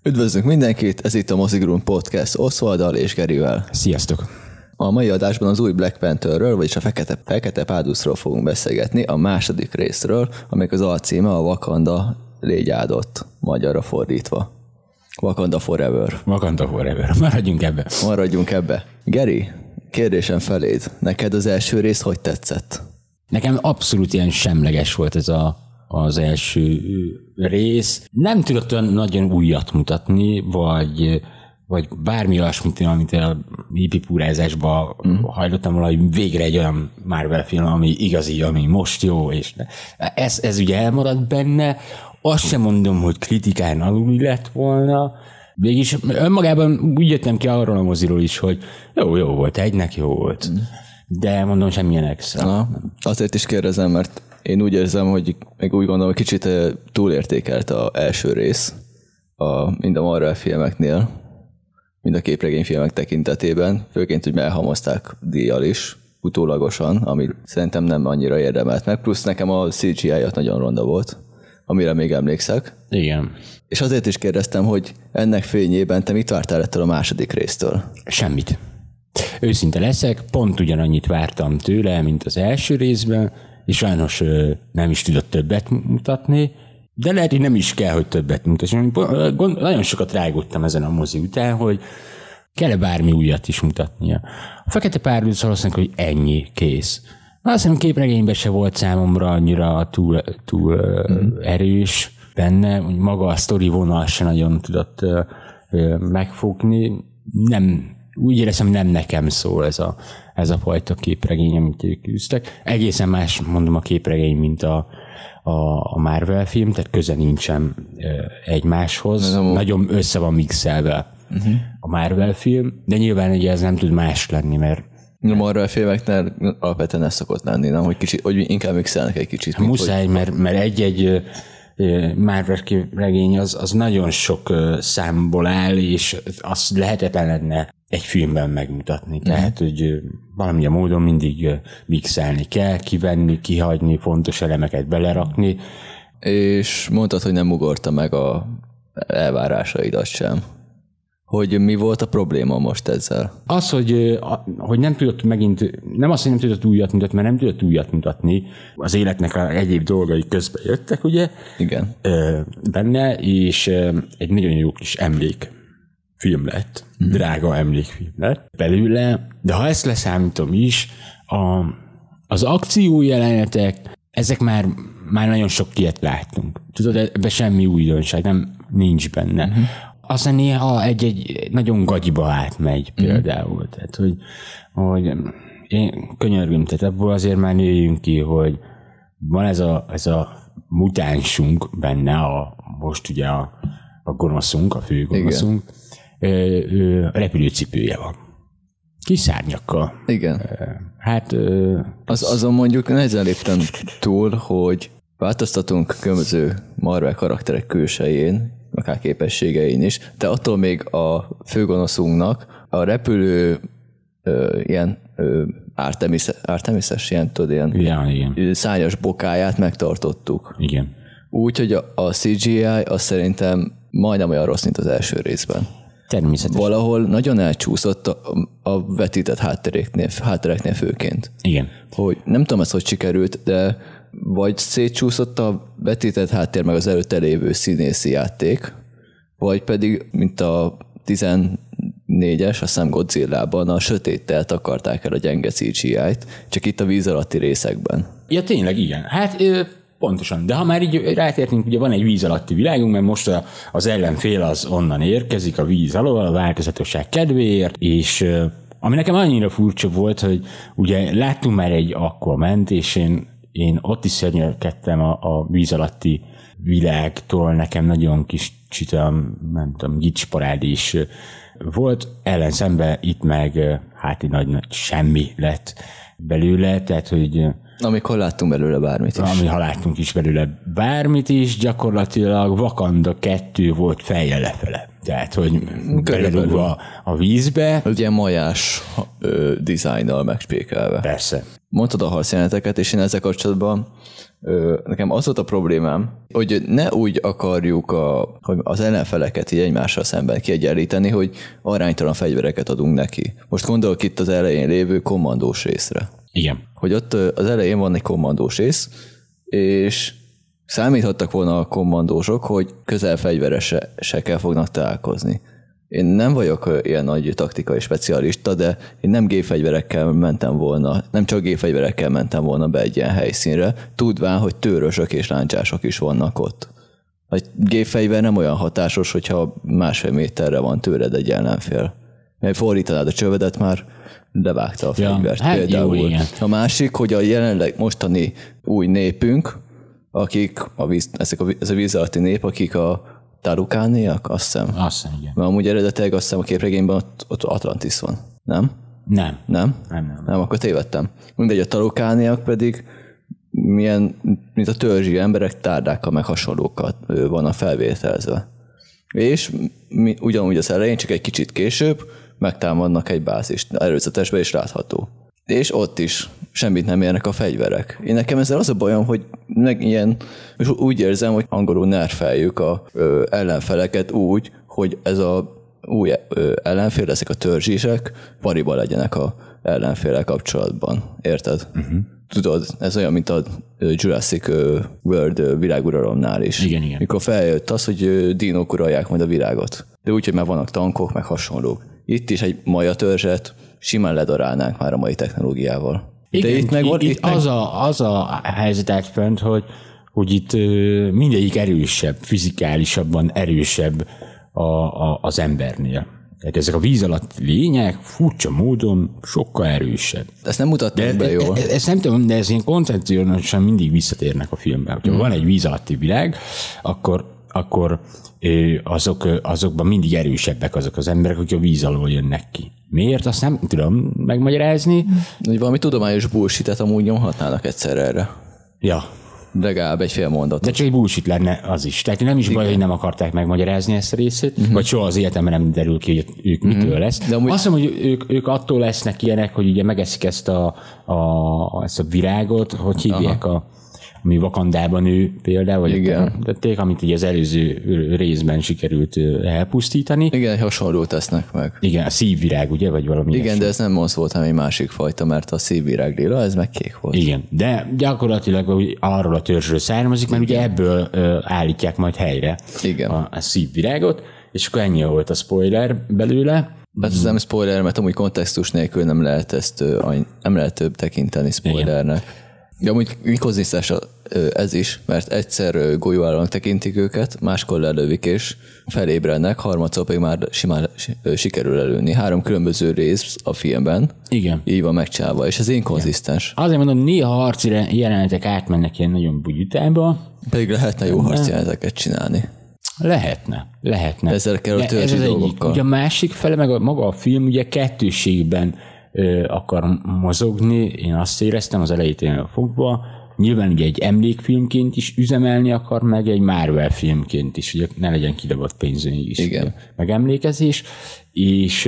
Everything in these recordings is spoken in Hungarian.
Üdvözlünk mindenkit, ez itt a Mozigrund Podcast Oswalddal és Gerivel. Sziasztok! A mai adásban az új Black Pantherről, vagyis a Fekete Párducról fogunk beszélgetni, a második részről, amelyik az alcíme a Wakanda légy áldott, magyarra fordítva. Wakanda Forever. Wakanda Forever. Maradjunk ebbe. Geri, kérdésem feléd. Neked az első rész hogy tetszett? Nekem abszolút ilyen semleges volt ez az első rész. Nem tudott olyan nagyon újat mutatni, vagy bármi olyasmit, amit a hipipúrázásba hajlottam valahogy végre egy olyan Marvel film, ami igazi, ami most jó, és ez ugye elmaradt benne. Azt sem mondom, hogy kritikán alul lett volna. Végülis önmagában úgy jöttem ki arról a moziról is, hogy jó volt, egynek jó volt. De mondom, semmilyen extra. Azért is kérdezem, mert én úgy érzem, hogy még úgy gondolom, hogy kicsit túlértékelt az első rész mind a Marvel filmeknél, mind a képregényfilmek tekintetében, főként, hogy elhamozták díjjal is, utólagosan, ami szerintem nem annyira érdemelt meg, plusz nekem a CGI-jat nagyon ronda volt, amire még emlékszek. Igen. És azért is kérdeztem, hogy ennek fényében te mit vártál ettől a második résztől? Semmit. Őszinte leszek, pont ugyanannyit vártam tőle, mint az első részben, és sajnos nem is tudott többet mutatni, de lehet, hogy nem is kell, hogy többet mutasson. Nagyon sokat rágódtam ezen a mozi után, hogy kell-e bármi újat is mutatnia. A Fekete Párduc valószínűleg, hogy ennyi, kész. Azt hiszem, képregényben se volt számomra annyira túl erős benne, hogy maga a sztori vonal se nagyon tudott megfogni. Nem, úgy éreztem, hogy nem nekem szól ez a fajta képregény, amit ők küzdtek. Egészen más, mondom, a képregény, mint a Marvel film, tehát köze nincsen egymáshoz. Nagyon össze van mixelve a Marvel film, de nyilván ugye ez nem tud más lenni, mert a Marvel filmeknél alapvetően ez szokott lenni, nem? Hogy inkább mixelnek egy kicsit. Muszáj, mert egy Marvel regény az nagyon sok számból áll, és azt lehetetlen lenne egy filmben megmutatni. Tehát, hogy valamilyen módon mindig mixelni kell, kivenni, kihagyni, fontos elemeket belerakni. És mondtad, hogy nem ugorta meg a elvárásaidat sem. Hogy mi volt a probléma most ezzel? Az, hogy nem tudott megint, nem azt, hogy nem tudott újat mutatni, mert nem tudott újat mutatni, az életnek a egyéb dolgai közben jöttek, ugye? Igen. Benne, és egy nagyon jó kis emlékfilm lett, drága emlékfilm lett belőle, de ha ezt leszámítom is, az akció jelenetek, ezek már nagyon sok ilyet láttunk. Tudod, ebben semmi újdonság, nincs benne. Aztán néha egy nagyon gagyiba átmegy például. Tehát, hogy én könyörgöm, tehát ebből azért már nőjünk ki, hogy van ez a mutánsunk benne, most ugye a gonoszunk, a fő gonoszunk, repülőcipője van. Kis szárnyakkal. Igen. Hát... Azon mondjuk nehezen léptem túl, hogy változtatunk különböző Marvel karakterek külsején, akár képességein is, de attól még a főgonoszunknak a repülő ilyen Artemises, ilyen, tudod, ilyen szányos bokáját megtartottuk. Igen. Úgyhogy a CGI az szerintem majdnem olyan rossz, mint az első részben. Természetesen. Valahol nagyon elcsúszott a vetített háttereknél főként. Igen. Hogy nem tudom ezt, hogy sikerült, de vagy szétcsúszott a vetített háttér meg az előtte lévő színészi játék, vagy pedig, mint a 14-es, a Sam Godzilla-ban a sötéttelt akarták el a gyenge CGI-t, csak itt a víz alatti részekben. Ja, tényleg, igen. Hát pontosan. De ha már így rátértünk, ugye van egy víz alatti világunk, mert most az ellenfél az onnan érkezik a víz alól, a változatosság kedvéért, és ami nekem annyira furcsa volt, hogy ugye láttunk már egy Aquament, és én ott is szörnyelkedtem a víz alatti világtól, nekem nagyon kicsit, nem tudom, gicsparád is volt, ellenszemben itt meg hát egy nagy semmi lett belőle, tehát hogy... Amikor láttunk belőle bármit is. Ha láttunk is belőle bármit is, gyakorlatilag Wakanda 2 volt fejjel lefele. Tehát, hogy beledugva a vízbe. Ugye majás dizájnnal megspékelve. Persze. mondtad a harcjeleneteket, és én ezzel kapcsolatban nekem az volt a problémám, hogy ne úgy akarjuk hogy az ellenfeleket így egymással szemben kiegyenlíteni, hogy aránytalan fegyvereket adunk neki. Most gondolok itt az elején lévő kommandós részre. Igen. Hogy ott az elején van egy kommandós rész, és számíthattak volna a kommandósok, hogy közel fegyveresekkel fognak találkozni. Én nem vagyok ilyen nagy taktikai specialista, de én nem gépfegyverekkel mentem volna, nem csak gépfegyverekkel mentem volna be egy ilyen helyszínre, tudván, hogy tőrösök és láncsások is vannak ott. A gépfegyver nem olyan hatásos, hogyha 1,5 méterre van tőled egy ellenfél. Mert fordítanád a csövedet, már levágta a fegyvert. Hát például. jó, igen. A másik, hogy a jelenleg mostani új népünk, akik ez a víz alatti nép, akik a talukániak, azt hiszem. Azt hiszem, igen. Mert amúgy eredetileg azt hiszem a képregényben ott Atlantis van, nem? Nem. Nem? Nem, akkor tévedtem. Mindegy, a talukániak pedig mint a törzsi emberek, tárdákkal meg hasonlókat vannak felvételezve. És ugyanúgy az elején, csak egy kicsit később megtámadnak egy bázist, előzetesben is látható. És ott is semmit nem érnek a fegyverek. Én nekem ezzel az a bajom, hogy és úgy érzem, hogy angolul nerfeljük a ellenfeleket úgy, hogy ez a új ellenfél, ezek a törzsisek pariba legyenek a ellenféllel kapcsolatban. Érted? Uh-huh. Tudod, ez olyan, mint a Jurassic World világuralomnál is. Igen, igen. Mikor feljött az, hogy dinók uralják majd a világot. De úgy, hogy már vannak tankok, meg hasonlók. Itt is egy maja törzset simán ledarálnánk már a mai technológiával. Igen, itt az a helyzet állt fönt, hogy itt mindegyik erősebb, fizikálisabban erősebb az embernél. Tehát ezek a víz alatt lények furcsa módon sokkal erősebb. Ezt nem mutatták be jól. Ezt nem tudom, de ez ilyen koncepciósan mindig visszatérnek a filmben. Ha van egy víz alatti világ, akkor azokban mindig erősebbek azok az emberek, akik a víz alól jönnek ki. Miért? Azt nem tudom megmagyarázni. Hogy valami tudományos bullshit-et amúgy nyomhatnának egyszer erre. Ja. Legalább egy fél mondat. De csak egy bullshit lenne az is. Tehát nem is baj, hogy nem akarták megmagyarázni ezt a részét, vagy soha az életemben nem derül ki, hogy ők mitől lesz. De amúgy... Azt mondom, hogy ők attól lesznek ilyenek, hogy ugye megeszik ezt a virágot, hogy hívják ami Wakandában ő például, vagy tették, amit ugye az előző részben sikerült elpusztítani. Igen, hasonlót tesznek meg. Igen, a szívvirág, ugye, vagy valami. Igen, de ez nem mosz volt, hanem egy másik fajta, mert a szívvirág lila, ez meg kék volt. Igen, de gyakorlatilag arról a törzsről származik, mert ugye ebből állítják majd helyre a szívvirágot, és akkor ennyi volt a spoiler belőle. Ez nem spoiler, mert amúgy kontextus nélkül nem lehet több tekinteni spoilernek. Igen. De amúgy konzisztens ez is, mert egyszer golyóállónak tekintik őket, máskor lelövik és felébrednek, harmadszor pedig már simán sikerül lelőni. 3 különböző rész a filmben. Igen. Így van megcsinálva, és ez inkonzisztens. Azért mondom, néha harci jelenetek átmennek ilyen nagyon bugyutába. Pedig lehetne jó harci jeleneteket csinálni. Lehetne. Ezzel kell a törzsi dolgokkal. Ugye a másik fele, meg maga a film ugye kettőségben akar mozogni, én azt éreztem az elejétől fogva, nyilván ugye egy emlékfilmként is üzemelni akar, meg egy Marvel filmként is, ugye ne legyen kidobott pénzön is. Igen. Megemlékezés, és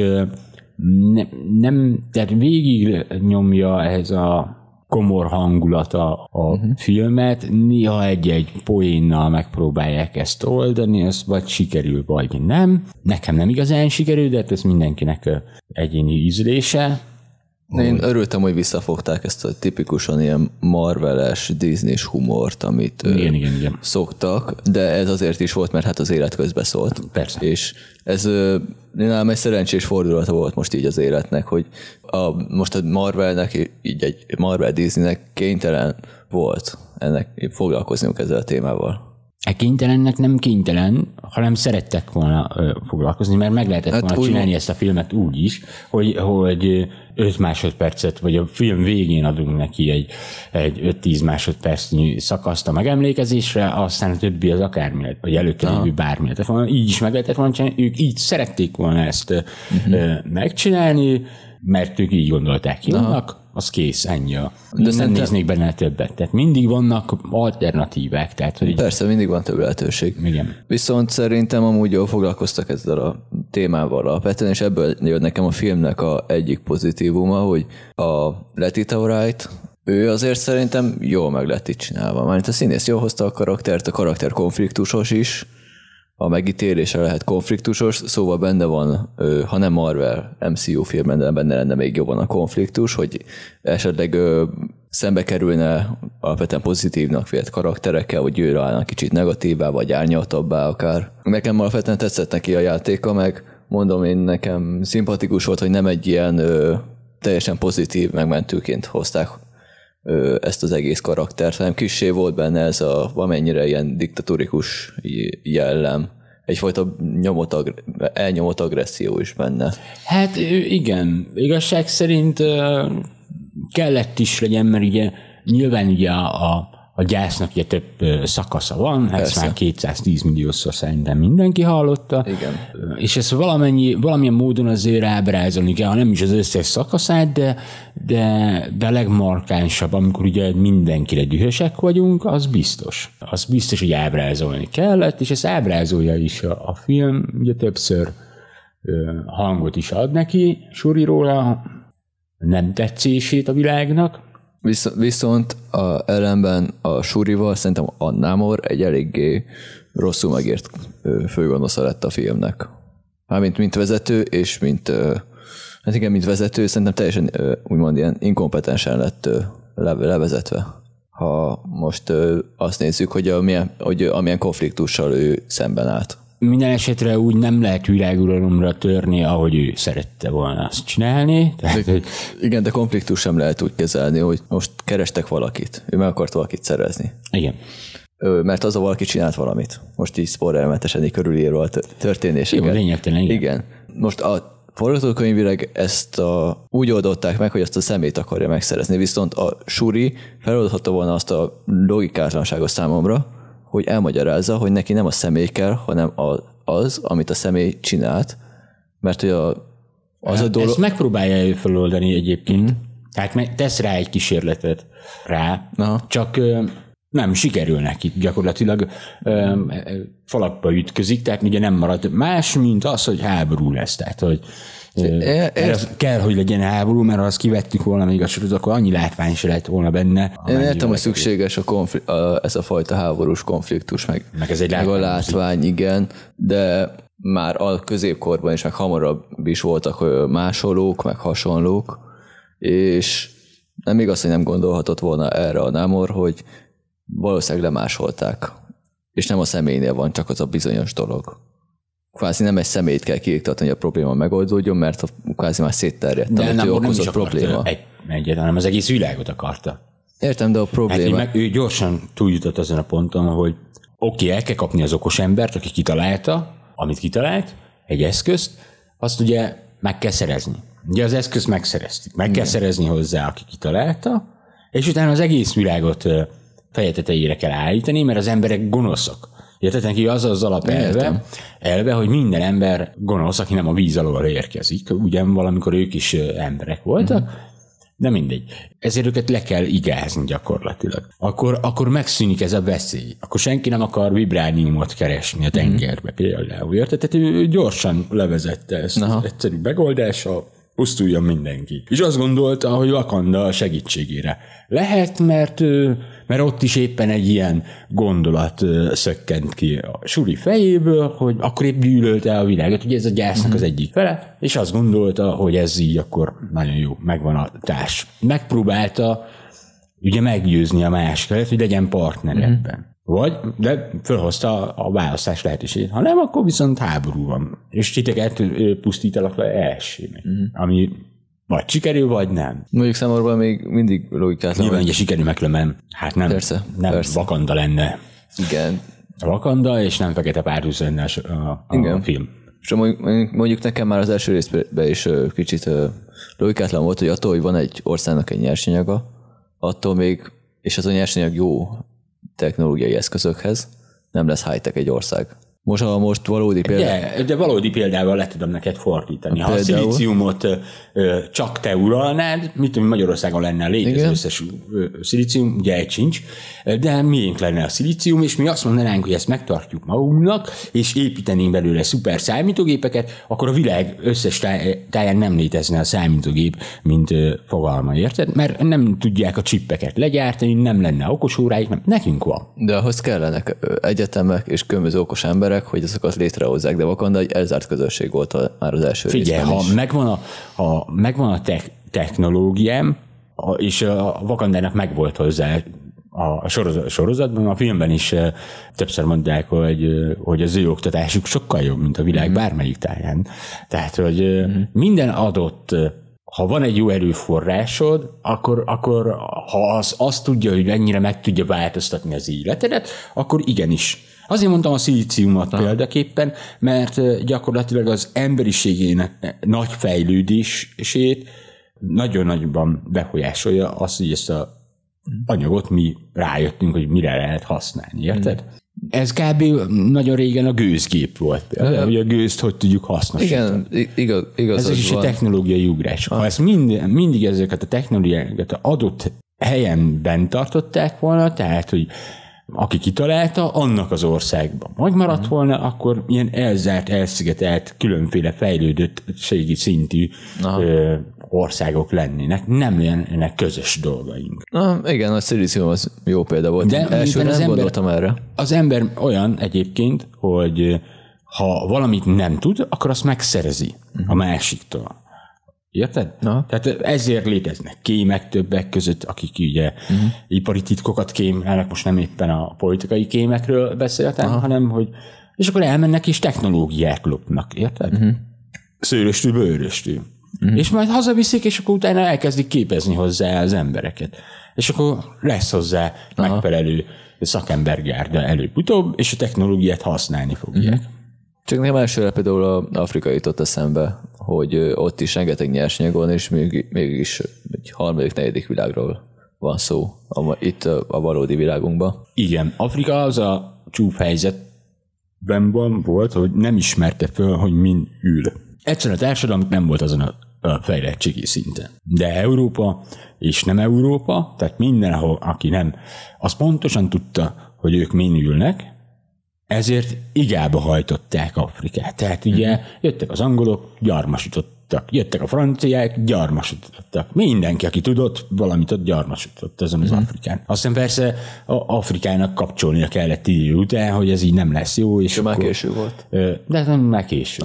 nem, tehát végig nyomja ez a komor hangulata a filmet, néha egy poénnal megpróbálják ezt oldani, ez vagy sikerül, vagy nem. Nekem nem igazán sikerül, de ez mindenkinek egyéni ízlése. Én örültem, hogy visszafogták ezt a tipikusan ilyen Marvel-es, Disney-s humort, amit igen. szoktak, de ez azért is volt, mert hát az élet közbe szólt. Persze. És ez nálam egy szerencsés fordulata volt most így az életnek, hogy most a Marvelnek, így egy Marvel Disneynek kénytelen volt ennek foglalkozniuk ezzel a témával. Kénytelennek nem kénytelen, hanem szerettek volna foglalkozni, mert meg lehetett volna csinálni ezt a filmet úgy is, hogy 5 másodpercet, vagy a film végén adunk neki egy 5-10 másodpercnyi szakaszt a megemlékezésre, aztán a többi az akármi, vagy előtte lévő bármi. Tehát így is meg lehetett volna csinálni, ők így szerették volna ezt megcsinálni, mert ők így gondolták ki vannak, az kész, ennyi. De nem néznék benne többet. Tehát mindig vannak alternatívák. Tehát, hogy persze, mindig van több lehetőség. Igen. Viszont szerintem amúgy jól foglalkoztak ezzel a témával alapvetően, és ebből jön nekem a filmnek egyik pozitívuma, hogy a Let It Alright Ő azért szerintem jól meg lett itt csinálva. Mármint a színész jól hozta a karaktert, a karakter konfliktusos is, a megítélése lehet konfliktusos, szóval benne van, ha nem Marvel MCU filmben, de benne lenne még jobban a konfliktus, hogy esetleg szembe kerülne alapvetően pozitívnak vélt karakterekkel, hogy ő állna kicsit negatívá, vagy árnyaltabbá akár. Nekem alapvetően tetszett neki a játéka, meg mondom én, nekem szimpatikus volt, hogy nem egy ilyen teljesen pozitív megmentőként hozták ezt az egész karaktert, hanem kissé volt benne ez a valamennyire ilyen diktatórikus jellem. Egyfajta elnyomott agresszió is benne. Hát igen, igazság szerint kellett is legyen, mert ugye nyilván ugye a gyásznak ugye több szakasza van, ezt már 210 milliószor szerintem mindenki hallotta. Igen. És ezt valamilyen módon azért ábrázolni kell, nem is az összes szakaszát, de a legmarkánsabb, amikor ugye mindenkire dühösek vagyunk, az biztos. Az biztos, hogy ábrázolni kellett, és ezt ábrázolja is a film, ugye többször hangot is ad neki, Shuriról nem tetszését a világnak. Viszont ellenben a Shurival szerintem a Namor egy eléggé rosszul megért főgonosza lett a filmnek. Mármint mint vezető, és mint vezető szerintem teljesen úgymond ilyen inkompetensen lett levezetve. Ha most azt nézzük, hogy amilyen konfliktussal ő szemben állt. Minden esetre úgy nem lehet világuralomra törni, ahogy ő szerette volna azt csinálni. Igen, de konfliktus sem lehet úgy kezelni, hogy most kerestek valakit. Ő meg akart valakit szerezni. Igen. Mert az a valaki csinált valamit. Most így spoilermentesen így körülírva a történéseket. Jó, lényegtelen, igen. Igen. Most a forgatókönyvileg ezt úgy oldották meg, hogy azt a szemét akarja megszerezni, viszont a Shuri feloldhatta volna azt a logikátlanságot számomra, hogy elmagyarázza, hogy neki nem a személy kell, hanem az, amit a személy csinált, mert hogy az a dolog... Ezt megpróbálja ő feloldani egyébként. Tehát tesz rá egy kísérletet rá, csak nem sikerül neki. Gyakorlatilag falakba ütközik, tehát ugye nem marad más, mint az, hogy háború lesz. Tehát, hogy kell, hogy legyen háború, mert ha azt kivettük volna még a sorot, akkor annyi látvány se lett volna benne. Én értem, hogy szükséges ez a fajta háborús konfliktus, meg ez egy meg a látvány, igen, de már a középkorban is, meg hamarabb is voltak másolók, meg hasonlók, és nem igaz, hogy nem gondolhatott volna erre a Namor, hogy valószínűleg lemásolták, és nem a személynél van csak az a bizonyos dolog. Kvázi nem egy személyt kell kiiktatni, hogy a probléma megoldódjon, mert kvázi már szétterjedt, amit ő okozott probléma. Egyet, hanem az egész világot akarta. Értem, de a probléma... Hát ő gyorsan túljutott azon a ponton, hogy el kell kapni az okos embert, aki kitalálta, amit kitalált, egy eszközt, azt ugye meg kell szerezni. Ugye az eszközt megszereztük. Meg kell szerezni hozzá, aki kitalálta, és utána az egész világot feje tetejére kell állítani, mert az emberek gonoszok. Érted neki az alapelve, hogy minden ember gonosz, aki nem a víz alól érkezik. Ugyan valamikor ők is emberek voltak, de mindegy. Ezért őket le kell igázni gyakorlatilag. Akkor megszűnik ez a veszély. Akkor senki nem akar vibrániumot keresni a tengerbe például. Érted? Tehát ő gyorsan levezette ezt az egyszerű megoldással, pusztuljon mindenki. És azt gondolta, hogy Wakanda segítségére lehet, mert ott is éppen egy ilyen gondolat szökkent ki a Shuri fejéből, hogy akkor épp gyűlölte a világot, ugye ez a gyásznak az egyik fele, és azt gondolta, hogy ez így akkor nagyon jó, megvan a társ. Megpróbálta ugye meggyőzni a másikat, hogy legyen partner ebben. Vagy, de felhozta a választás lehetőségét. Ha nem, akkor viszont háború van. És titeket pusztítalak le elsőnek. Ami vagy sikerül, vagy nem. Mondjuk számomra még mindig logikátlan. Nyilván ugye sikerül meglemem. Hát nem, persze. Wakanda lenne. Igen. Wakanda, és nem Fekete Párduc lenne a film. És mondjuk nekem már az első részben is kicsit logikátlan volt, hogy attól, hogy van egy országnak egy nyersanyaga, attól még, és az a nyersanyag jó technológiai eszközökhez, nem lesz high-tech egy ország. Most valódi példa. De valódi példával le tudom neked fordítani. Ha a szilíciumot csak te uralnád, mit tudom, Magyarországon lenne a létező összes szilícium, ugye egy sincs, de miénk lenne a szilícium, és mi azt mondanánk, hogy ezt megtartjuk magunknak, és építenénk belőle szuper számítógépeket, akkor a világ összes táján nem létezne a számítógép, mint fogalma, érted? Mert nem tudják a csippeket legyártani, nem lenne okosóráik, nem. Nekünk van. De ahhoz kellenek egyetemek és különböző okos emberek, hogy azokat létrehozzák, de Wakanda egy elzárt közösség volt már az első részben. Figyelj, ha megvan a technológiám, és a Wakandának megvolt hozzá a sorozatban, a filmben is többször mondják, hogy az ő oktatásuk sokkal jobb, mint a világ bármelyik táján. Tehát, hogy minden adott, ha van egy jó erőforrásod, akkor ha azt tudja, hogy mennyire meg tudja változtatni az életedet, akkor igenis. Azért mondtam a szilíciumot példaképpen, mert gyakorlatilag az emberiségének nagy fejlődését nagyon nagyban befolyásolja azt, hogy ezt az anyagot mi rájöttünk, hogy mire lehet használni, érted? Ez kb. Nagyon régen a gőzgép volt például, hogy a gőzt hogy tudjuk hasznosítani. Igen, igaz. Ez is egy technológiai ugrás. Ha ezt mindig ezeket a technológiákat adott helyen tartották volna, tehát, hogy aki kitalálta, annak az országban megmaradt volna, akkor ilyen elzárt, elszigetelt, különféle fejlődöttségi szintű országok lennének. Nem lennének közös dolgaink. Igen, a szilícium az jó példa volt. De elsőre nem gondoltam erre. Az ember olyan egyébként, hogy ha valamit nem tud, akkor azt megszerezi a másiktól. Érted? Tehát ezért léteznek kémek többek között, akik ugye ipari titkokat kémlelnek, most nem éppen a politikai kémekről beszéltem, hanem hogy és akkor elmennek és technológiát lopnak, érted? Szőröstül, bőröstül. És majd hazaviszik, és akkor utána elkezdik képezni hozzá az embereket. És akkor lesz hozzá megfelelő szakembergárda előbb-utóbb, és a technológiát használni fogják. Csak nekem elsőre például az Afrika jutott eszembe, hogy ott is rengeteg nyersanyag van, és mégis egy harmadik, negyedik világról van szó itt a valódi világunkban. Igen, Afrika az a csúf helyzetben volt, hogy nem ismerte föl, hogy min ül. Egyszerűen a társadalom nem volt azon a fejlettségi szinten. De Európa és nem Európa, tehát mindenhol, aki nem, az pontosan tudta, hogy ők min ülnek, ezért igába hajtották Afrikát. Tehát ugye jöttek az angolok, gyarmasítottak. Jöttek a franciák, gyarmasítottak. Mindenki, aki tudott, valamit ott gyarmasított ezen az Afrikán. Aztán persze Afrikának kapcsolnia kellett idő után, hogy ez így nem lesz jó. És már késő volt. De nem már késő.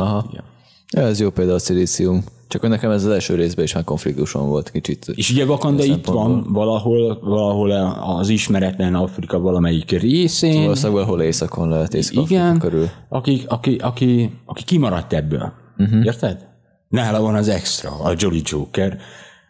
Ez jó például a szilícium. Csak nekem ez az első részben is már konfliktuson volt kicsit. És ugye Wakanda itt van valahol az ismeretlen Afrika valamelyik részén. Valószínűleg valahol északon lehet Észak-Afrika körül. Aki kimaradt ebből. Érted? Nála van az extra, a Jolly Joker,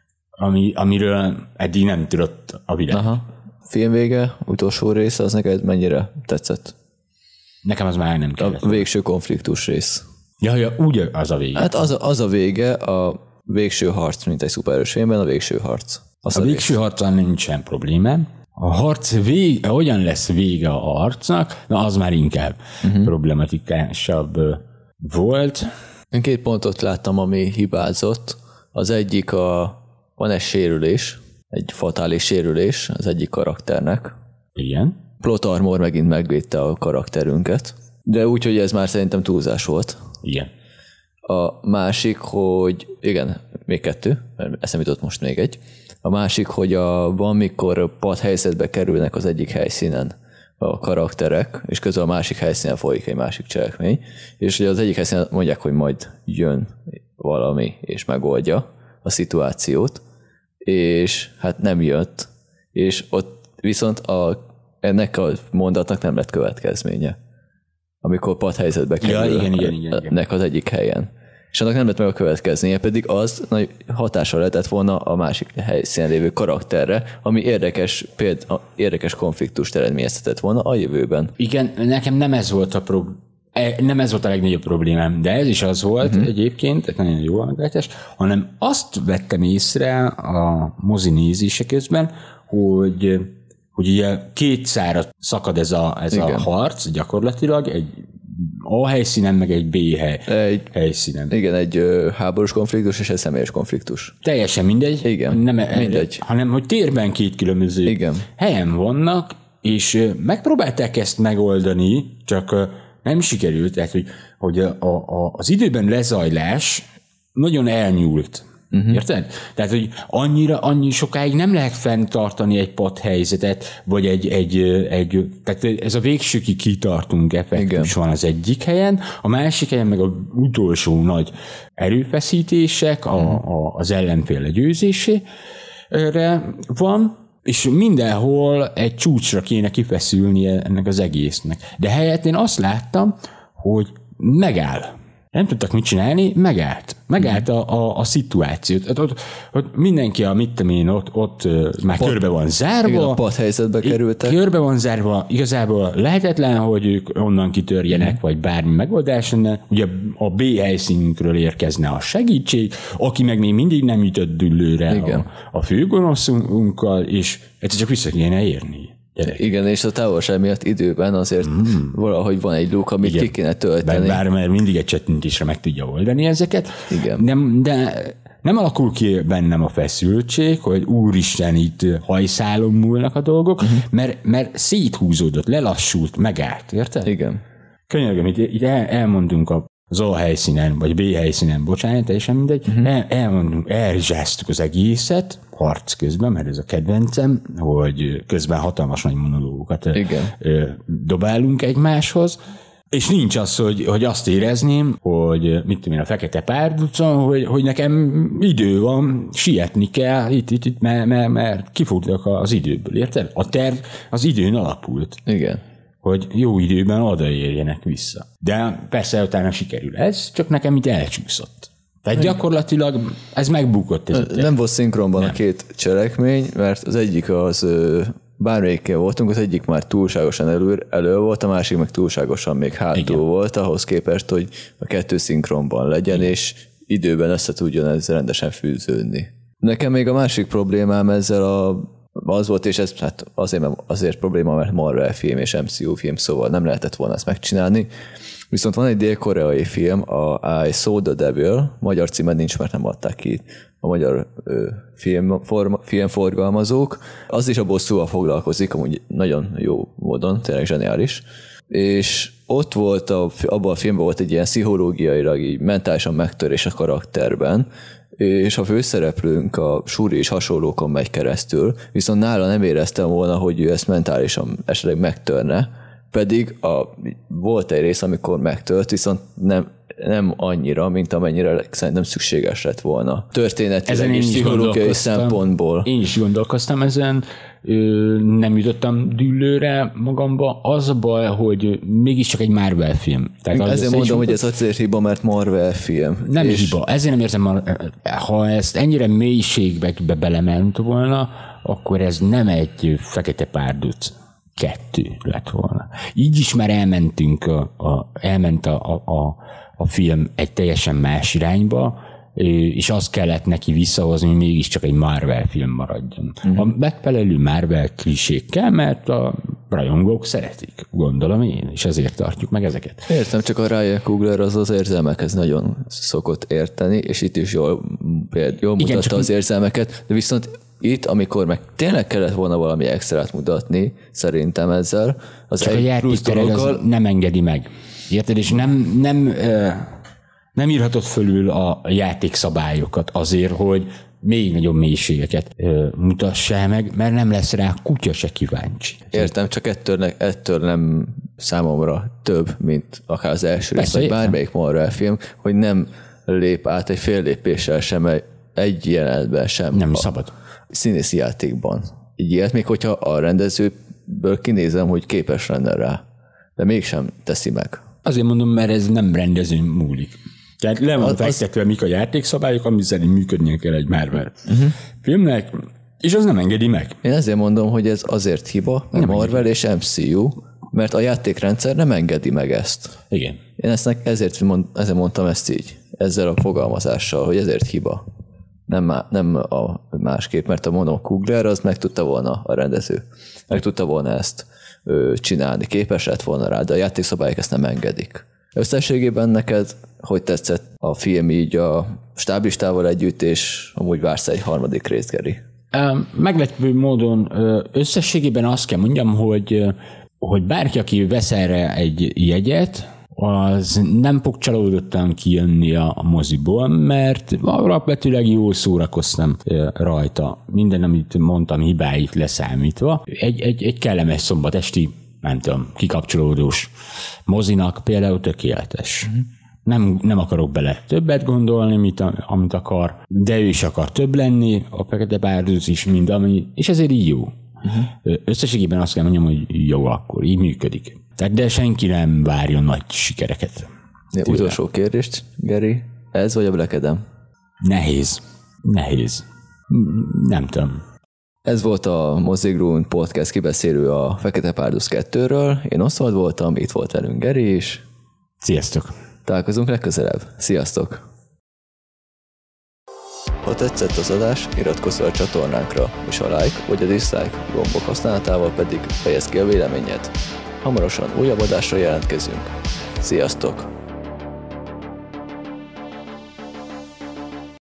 amiről eddig nem tudott a világ. Film vége, utolsó rész, az neked mennyire tetszett? Nekem az már nem kellett. A végső konfliktus rész. Ja, úgy az a vége. Hát az a vége, a végső harc, mint egy szupererős filmben, a végső harc. A végső harccal nincsen problémám. A harc hogyan lesz vége a harcnak, na az már inkább problematikásabb volt. Én 2 pontot láttam, ami hibázott. Az egyik van egy sérülés, egy fatális sérülés az egyik karakternek. Igen. Plot armor megint megvédte a karakterünket. De úgy, hogy ez már szerintem túlzás volt. Igen. A másik, hogy igen, még 2, mert eszembe jutott most még egy. A másik, hogy van, mikor padhelyzetbe kerülnek az egyik helyszínen a karakterek, és közben a másik helyszínen folyik egy másik cselekmény, és ugye az egyik helyszínen mondják, hogy majd jön valami, és megoldja a szituációt, és hát nem jött, és ott viszont ennek a mondatnak nem lett következménye, amikor padhelyzetbe kerülnek az egyik helyen. És annak nem lett meg a következménye, pedig az nagy hatással lehetett volna a másik helyszínen lévő karakterre, ami érdekes konfliktust eredményeztetett volna a jövőben. Igen, nekem nem ez volt a legnagyobb problémám, de ez is az volt egyébként, ez nagyon jó hallgatás, hanem azt vettem észre a mozi nézése közben, hogy ugye 2 szára szakad ez a harc gyakorlatilag, egy A helyszínen, meg egy B helyszínen. Igen, egy háborús konfliktus és egy személyes konfliktus. Teljesen mindegy. Igen, nem mindegy. Hanem, hogy térben két különböző helyen vannak, és megpróbálták ezt megoldani, csak nem sikerült, tehát, hogy az időben lezajlás nagyon elnyúlt. Érted? Tehát, hogy annyi sokáig nem lehet fenntartani egy padhelyzetet, vagy tehát ez a végsőkig kitartunk effektus van az egyik helyen, a másik helyen meg az utolsó nagy erőfeszítések az ellenfél legyőzésére van, és mindenhol egy csúcsra kéne kifeszülnie ennek az egésznek. De helyett én azt láttam, hogy megáll. Nem tudtak mit csinálni, megállt a szituációt. Ott mindenki, ott már körbe van zárva. Igen, a padhelyzetbe kerültek. Körbe van zárva, igazából lehetetlen, hogy ők onnan kitörjenek, vagy bármi megoldás lenne. Ugye a B helyszínünkről érkezne a segítség, aki meg még mindig nem jutott dűlőre a főgonoszunkkal, és egyszer csak vissza kéne érni. Igen, és a távolság miatt időben azért valahogy van egy luk, amit ki kéne tölteni. Mert mindig egy csettintésre meg tudja oldani ezeket. Igen. De nem alakul ki bennem a feszültség, hogy úristen, itt hajszálon múlnak a dolgok, mert széthúzódott, lelassult, megállt, érted? Igen. Könyörgöm, itt elmondunk az A helyszínen, vagy B helyszínen, bocsánat, teljesen mindegy, elrizsáztuk az egészet, harc közben, mert ez a kedvencem, hogy közben hatalmas nagy monológokat dobálunk egymáshoz, és nincs az, hogy azt érezném, hogy mit tudom én, a Fekete Párducon, hogy nekem idő van, sietni kell, itt mert kifutnak az időből, érted? A terv az időn alapult. Igen. Hogy jó időben odaérjenek vissza. De persze utána sikerül ez, csak nekem itt elcsúszott. Tehát gyakorlatilag ez megbukott. Nem volt szinkronban a két cselekmény, mert az egyik bármelyikkel voltunk, az egyik már túlságosan elő volt, a másik meg túlságosan még hátul volt, ahhoz képest, hogy a kettő szinkronban legyen, és időben össze tudjon ez rendesen fűződni. Nekem még a másik problémám ezzel az volt, és ez hát azért probléma, mert Marvel film és MCU film, szóval nem lehetett volna ezt megcsinálni. Viszont van egy dél-koreai film, a I Saw the Devil, magyar címe nincs, mert nem adták ki a magyar filmforgalmazók. Az is a bosszúval foglalkozik, amúgy nagyon jó módon, tényleg zseniális. És ott volt, abban a filmben volt egy ilyen pszichológiailag így mentálisan megtörés a karakterben, és a főszereplőnk, a Shuri is hasonlókon megy keresztül, viszont nála nem éreztem volna, hogy ő ezt mentálisan esetleg megtörne, pedig volt egy rész, amikor megtört, viszont nem annyira, mint amennyire szerintem szükséges lett volna. Történetileg és pszichológiai szempontból. Én is gondolkoztam ezen, nem jutottam dűlőre magamba. Az a baj, hogy mégiscsak egy Marvel film. Tehát ezért mondom, hogy ez azért hiba, mert Marvel film. Nem hiba. Ezért nem érzem, ha ezt ennyire mélységbe belement volna, akkor ez nem egy Fekete Párduc 2 lett volna. Így is már elment a film egy teljesen más irányba, és azt kellett neki visszahozni, hogy mégiscsak egy Marvel film maradjon. A megfelelő Marvel klisékkel, mert a rajongók szeretik, gondolom én, és ezért tartjuk meg ezeket. Értem, csak a Ryan Coogler az érzelmekhez nagyon szokott érteni, és itt is jól mutatta az érzelmeket, de viszont itt, amikor meg tényleg kellett volna valami extrát mutatni, szerintem ezzel, az csak egy plusz dologgal nem engedi meg. Érted? És nem írhatod fölül a játékszabályokat azért, hogy még nagyobb mélységeket mutassál meg, mert nem lesz rá kutya se kíváncsi. Értem, csak ettől nem számomra több, mint akár az első rész, vagy bármelyik Marvel film, hogy nem lép át egy fél lépéssel sem, egy jelenetben sem. Nem szabad. Színészi játékban. Így ilyet, még hogyha a rendezőből kinézem, hogy képes lenne rá, de mégsem teszi meg. Azért mondom, mert ez nem rendezőn múlik. Tehát le van fektetve, mik a játékszabályok, ami szerint működnie kell egy Marvel filmnek, és az nem engedi meg. Én ezért mondom, hogy ez azért hiba, mert Marvel és MCU, mert a játékrendszer nem engedi meg ezt. Igen. Én ezért mondtam ezt így, ezzel a fogalmazással, hogy ezért hiba. Nem a másképp, mert a Mono Kugler az meg tudta volna a rendező. Meg tudta volna ezt csinálni, képes lett volna rá, de a játékszabályok ezt nem engedik. Összességében neked hogy tetszett a film így a stáblistával együtt, és amúgy vársz egy harmadik részt, Geri? Meglepő módon összességében azt kell mondjam, hogy bárki, aki vesz erre egy jegyet, az nem fog csalódottan kijönni a moziból, mert alapvetőleg jól szórakoztam rajta. Minden, amit mondtam, hibáit leszámítva. Egy kellemes szombat esti, nem tudom, kikapcsolódós mozinak például tökéletes. Nem akarok bele többet gondolni, amit akar, de ő is akar több lenni, a Fekete Párduc is, mint ami, és ezért így jó. Összességében azt kell mondjam, hogy jó, akkor így működik. Tehát de senki nem várjon nagy sikereket. Utolsó kérdést, Geri, ez vagy a Black Adam? Nehéz. Nem tudom. Ez volt a Mozigrund podcast kibeszélő a Fekete Párduc 2-ről. Én Oswald voltam, itt volt velünk Geri is. Sziasztok! Találkozunk legközelebb. Sziasztok! Ha tetszett az adás, iratkozz fel a csatornánkra, és a like vagy a dislike gombok használatával pedig fejezd ki a véleményed. Hamarosan újabb adásra jelentkezünk. Sziasztok!